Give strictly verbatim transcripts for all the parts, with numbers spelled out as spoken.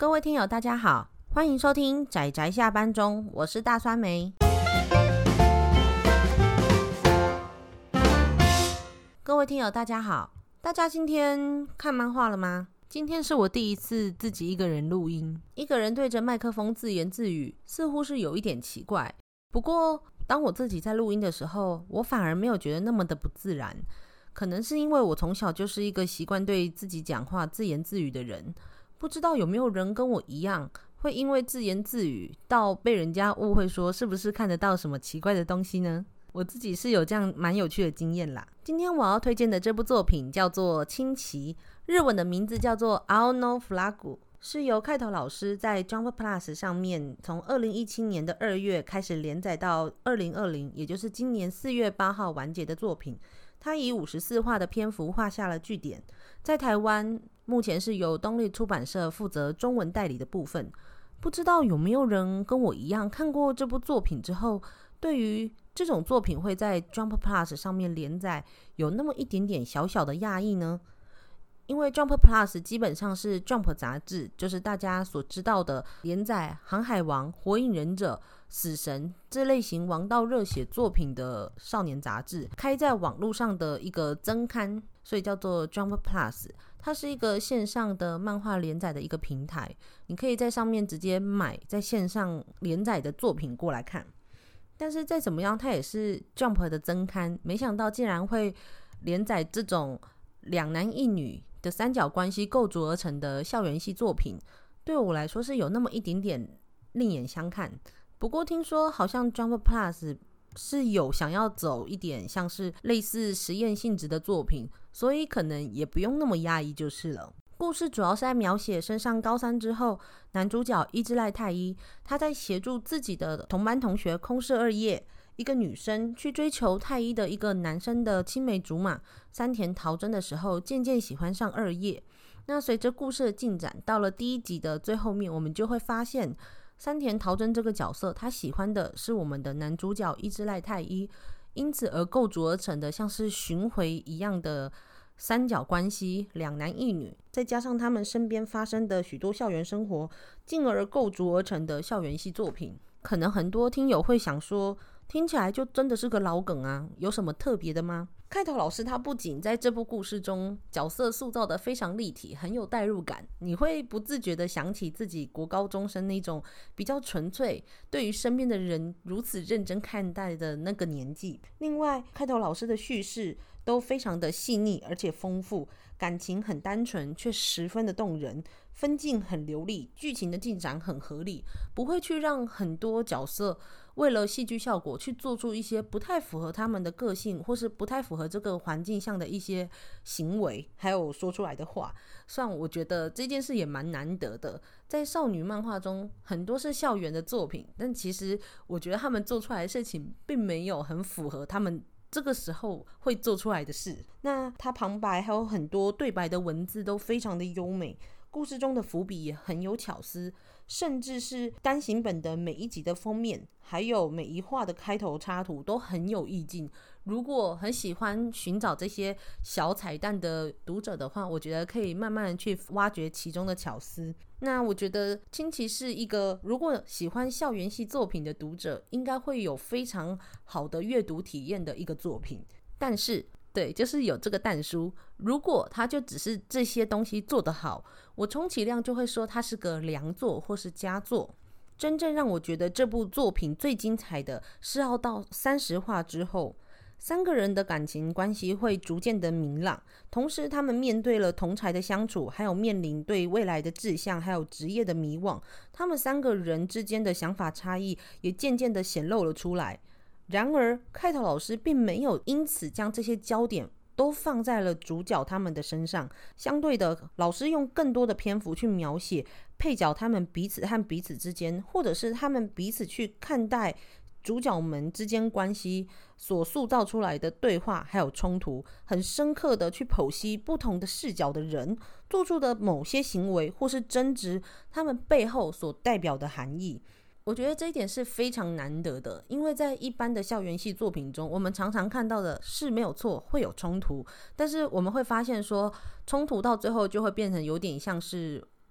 各位听友大家好，欢迎收听宅宅下班中，我是大酸梅。各位听友大家好，大家今天看漫画了吗？今天是我第一次自己一个人录音，一个人对着麦克风自言自语，似乎是有一点奇怪。不过当我自己在录音的时候，我反而没有觉得那么的不自然，可能是因为我从小就是一个习惯对自己讲话自言自语的人。不知道有没有人跟我一样，会因为自言自语到被人家误会说是不是看得到什么奇怪的东西呢？我自己是有这样蛮有趣的经验啦。今天我要推荐的这部作品叫做亲崎，日文的名字叫做 Ao no Flag， 是由开头老师在 Jump Plus 上面从二零一七年的二月开始连载到二零二零，也就是今年四月八号完结的作品。他以五十四话的篇幅画下了句点，在台湾目前是由东立出版社负责中文代理的部分。不知道有没有人跟我一样看过这部作品之后，对于这种作品会在 Jump Plus 上面连载有那么一点点小小的讶异呢？因为 Jump Plus 基本上是 Jump 杂志，就是大家所知道的连载航海王、火影忍者、死神这类型王道热血作品的少年杂志，开在网络上的一个增刊，所以叫做 Jump Plus。 它是一个线上的漫画连载的一个平台，你可以在上面直接买在线上连载的作品过来看。但是再怎么样，它也是 Jump 的增刊，没想到竟然会连载这种两男一女的三角关系构筑而成的校园系作品，对我来说是有那么一点点另眼相看。不过听说好像 Jump Plus 是有想要走一点像是类似实验性质的作品，所以可能也不用那么压抑就是了。故事主要是在描写升上高三之后，男主角伊之濑太一，他在协助自己的同班同学空室二叶一个女生去追求太一的一个男生的青梅竹马山田桃真的时候，渐渐喜欢上二叶。那随着故事的进展，到了第一集的最后面，我们就会发现山田桃真这个角色，他喜欢的是我们的男主角伊之濑太一，因此而构筑而成的像是巡回一样的三角关系，两男一女，再加上他们身边发生的许多校园生活，进而构筑而成的校园系作品。可能很多听友会想说，听起来就真的是个老梗啊，有什么特别的吗？开头老师他不仅在这部故事中角色塑造的非常立体，很有代入感，你会不自觉的想起自己国高中生那种比较纯粹，对于身边的人如此认真看待的那个年纪。另外开头老师的叙事都非常的细腻而且丰富，感情很单纯却十分的动人，分镜很流利，剧情的进展很合理，不会去让很多角色为了戏剧效果去做出一些不太符合他们的个性，或是不太符合这个环境下的一些行为，还有说出来的话。虽然我觉得这件事也蛮难得的，在少女漫画中很多是校园的作品，但其实我觉得他们做出来的事情并没有很符合他们这个时候会做出来的事。那他旁白还有很多对白的文字都非常的优美，故事中的伏笔也很有巧思，甚至是单行本的每一集的封面还有每一话的开头插图都很有意境。如果很喜欢寻找这些小彩蛋的读者的话，我觉得可以慢慢去挖掘其中的巧思。那我觉得亲崎是一个如果喜欢校园系作品的读者应该会有非常好的阅读体验的一个作品。但是对，就是有这个但书，如果他就只是这些东西做得好，我充其量就会说他是个良作或是佳作。真正让我觉得这部作品最精彩的是要到三十话之后，三个人的感情关系会逐渐的明朗，同时他们面对了同侪的相处，还有面临对未来的志向还有职业的迷惘，他们三个人之间的想法差异也渐渐的显露了出来。然而开头老师并没有因此将这些焦点都放在了主角他们的身上，相对的老师用更多的篇幅去描写配角他们彼此和彼此之间，或者是他们彼此去看待主角们之间关系所塑造出来的对话还有冲突，很深刻的去剖析不同的视角的人做出的某些行为或是争执，他们背后所代表的含义。我觉得这一点是非常难得的，因为在一般的校园系作品中，我们常常看到的是没有错会有冲突，但是我们会发现说冲突到最后就会变成有点像是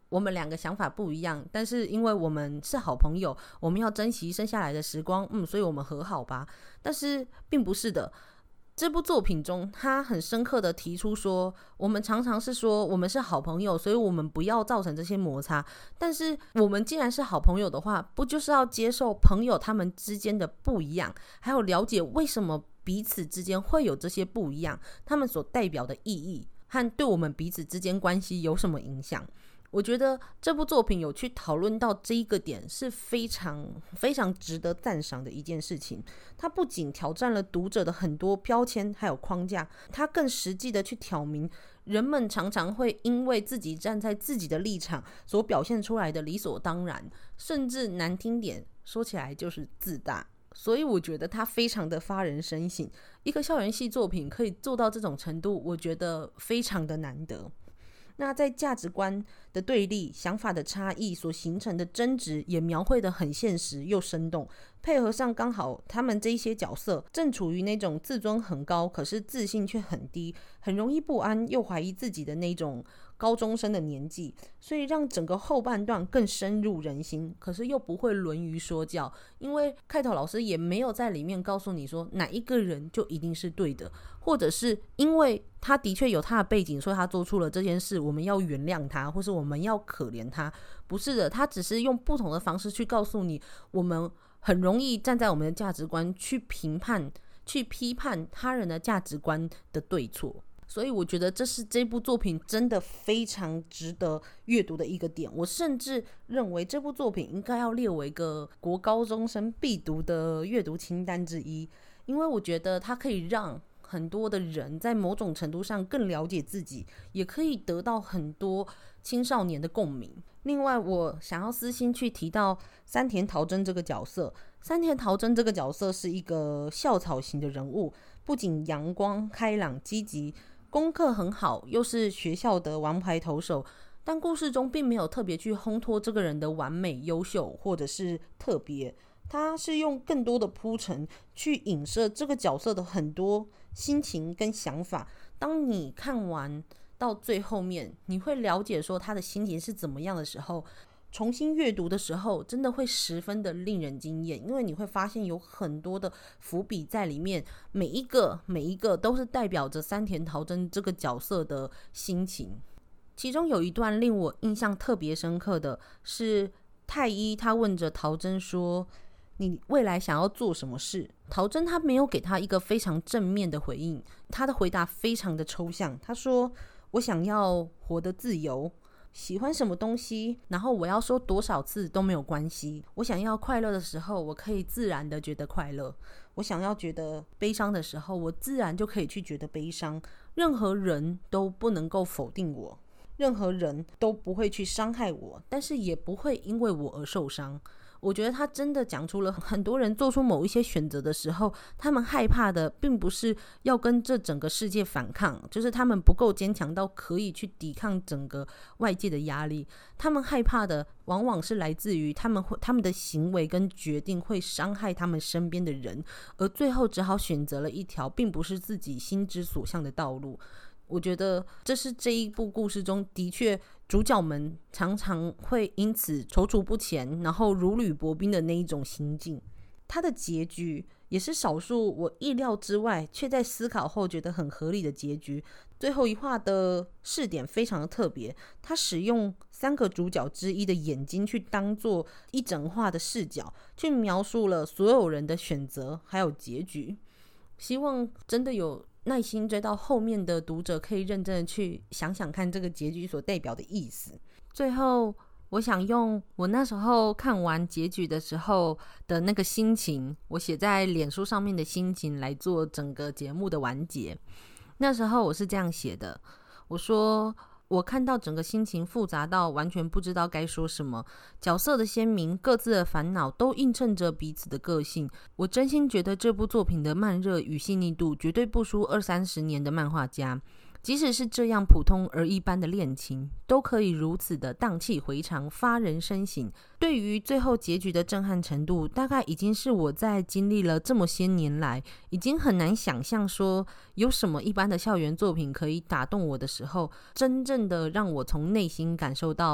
我们两个想法不一样，但是因为我们是好朋友，我们要珍惜剩下来的时光，嗯，所以我们和好吧。但是并不是的，这部作品中他很深刻的提出说，我们常常是说我们是好朋友，所以我们不要造成这些摩擦，但是我们既然是好朋友的话，不就是要接受朋友他们之间的不一样，还有了解为什么彼此之间会有这些不一样，他们所代表的意义和对我们彼此之间关系有什么影响。我觉得这部作品有去讨论到这一个点，是非常非常值得赞赏的一件事情。它不仅挑战了读者的很多标签还有框架，它更实际的去挑明人们常常会因为自己站在自己的立场所表现出来的理所当然，甚至难听点说起来就是自大。所以我觉得它非常的发人深省，一个校园系作品可以做到这种程度，我觉得非常的难得。那在价值观的对立、想法的差异所形成的争执也描绘得很现实又生动，配合上刚好他们这一些角色正处于那种自尊很高可是自信却很低，很容易不安又怀疑自己的那种高中生的年纪，所以让整个后半段更深入人心，可是又不会沦于说教，因为开头老师也没有在里面告诉你说哪一个人就一定是对的，或者是因为他的确有他的背景，所以他做出了这件事，我们要原谅他，或是我们要可怜他。不是的，他只是用不同的方式去告诉你，我们很容易站在我们的价值观去评判、去批判他人的价值观的对错。所以我觉得这是这部作品真的非常值得阅读的一个点。我甚至认为这部作品应该要列为一个国高中生必读的阅读清单之一，因为我觉得它可以让很多的人在某种程度上更了解自己，也可以得到很多青少年的共鸣。另外我想要私心去提到山田桃真这个角色，山田桃真这个角色是一个校草型的人物，不仅阳光开朗积极，功课很好，又是学校的王牌投手，但故事中并没有特别去烘托这个人的完美、优秀或者是特别，他是用更多的铺陈去影射这个角色的很多心情跟想法。当你看完到最后面，你会了解说他的心情是怎么样的时候，重新阅读的时候真的会十分的令人惊艳，因为你会发现有很多的伏笔在里面，每一个每一个都是代表着山田桃真这个角色的心情。其中有一段令我印象特别深刻的是，太一他问着桃真说，你未来想要做什么事？桃真他没有给他一个非常正面的回应，他的回答非常的抽象。他说，我想要活得自由，喜欢什么东西，然后我要说多少次都没有关系。我想要快乐的时候，我可以自然的觉得快乐。我想要觉得悲伤的时候，我自然就可以去觉得悲伤。任何人都不能够否定我，任何人都不会去伤害我，但是也不会因为我而受伤。我觉得他真的讲出了很多人做出某一些选择的时候，他们害怕的并不是要跟这整个世界反抗，就是他们不够坚强到可以去抵抗整个外界的压力。他们害怕的往往是来自于他们会他们的行为跟决定会伤害他们身边的人，而最后只好选择了一条并不是自己心之所向的道路。我觉得这是这一部故事中的确主角们常常会因此踌躇不前，然后如履薄冰的那一种心境。它的结局也是少数我意料之外却在思考后觉得很合理的结局。最后一话的视点非常的特别，它使用三个主角之一的眼睛去当做一整话的视角，去描述了所有人的选择还有结局。希望真的有耐心追到后面的读者可以认真的去想想看这个结局所代表的意思。最后我想用我那时候看完结局的时候的那个心情，我写在脸书上面的心情来做整个节目的完结。那时候我是这样写的，我说我看到整个心情复杂到完全不知道该说什么，角色的鲜明，各自的烦恼都映衬着彼此的个性。我真心觉得这部作品的慢热与细腻度绝对不输二三十年的漫画家，即使是这样普通而一般的恋情，都可以如此的荡气回肠，发人深省。对于最后结局的震撼程度，大概已经是我在经历了这么些年来，已经很难想象说有什么一般的校园作品可以打动我的时候，真正的让我从内心感受到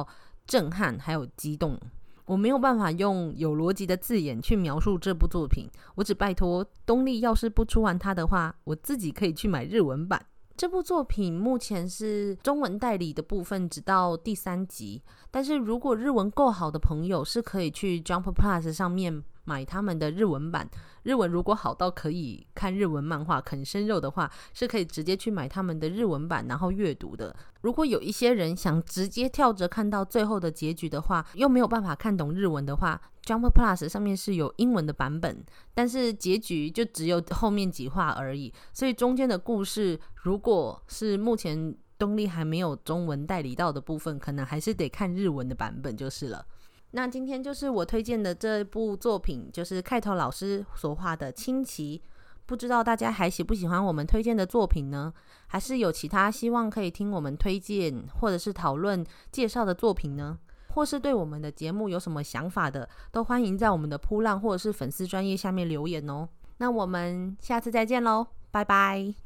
震撼还有激动。我没有办法用有逻辑的字眼去描述这部作品，我只拜托东立要是不出完它的话，我自己可以去买日文版。这部作品目前是中文代理的部分只到第三集，但是如果日文够好的朋友是可以去 Jump Plus 上面买他们的日文版，日文如果好到可以看日文漫画啃生肉的话，是可以直接去买他们的日文版然后阅读的。如果有一些人想直接跳着看到最后的结局的话，又没有办法看懂日文的话， Jump Plus 上面是有英文的版本，但是结局就只有后面几话而已，所以中间的故事如果是目前东立还没有中文代理到的部分，可能还是得看日文的版本就是了。那今天就是我推荐的这部作品，就是开头老师所画的亲戚。不知道大家还喜不喜欢我们推荐的作品呢？还是有其他希望可以听我们推荐或者是讨论介绍的作品呢？或是对我们的节目有什么想法的，都欢迎在我们的噗浪或者是粉丝专页下面留言哦。那我们下次再见咯，拜拜。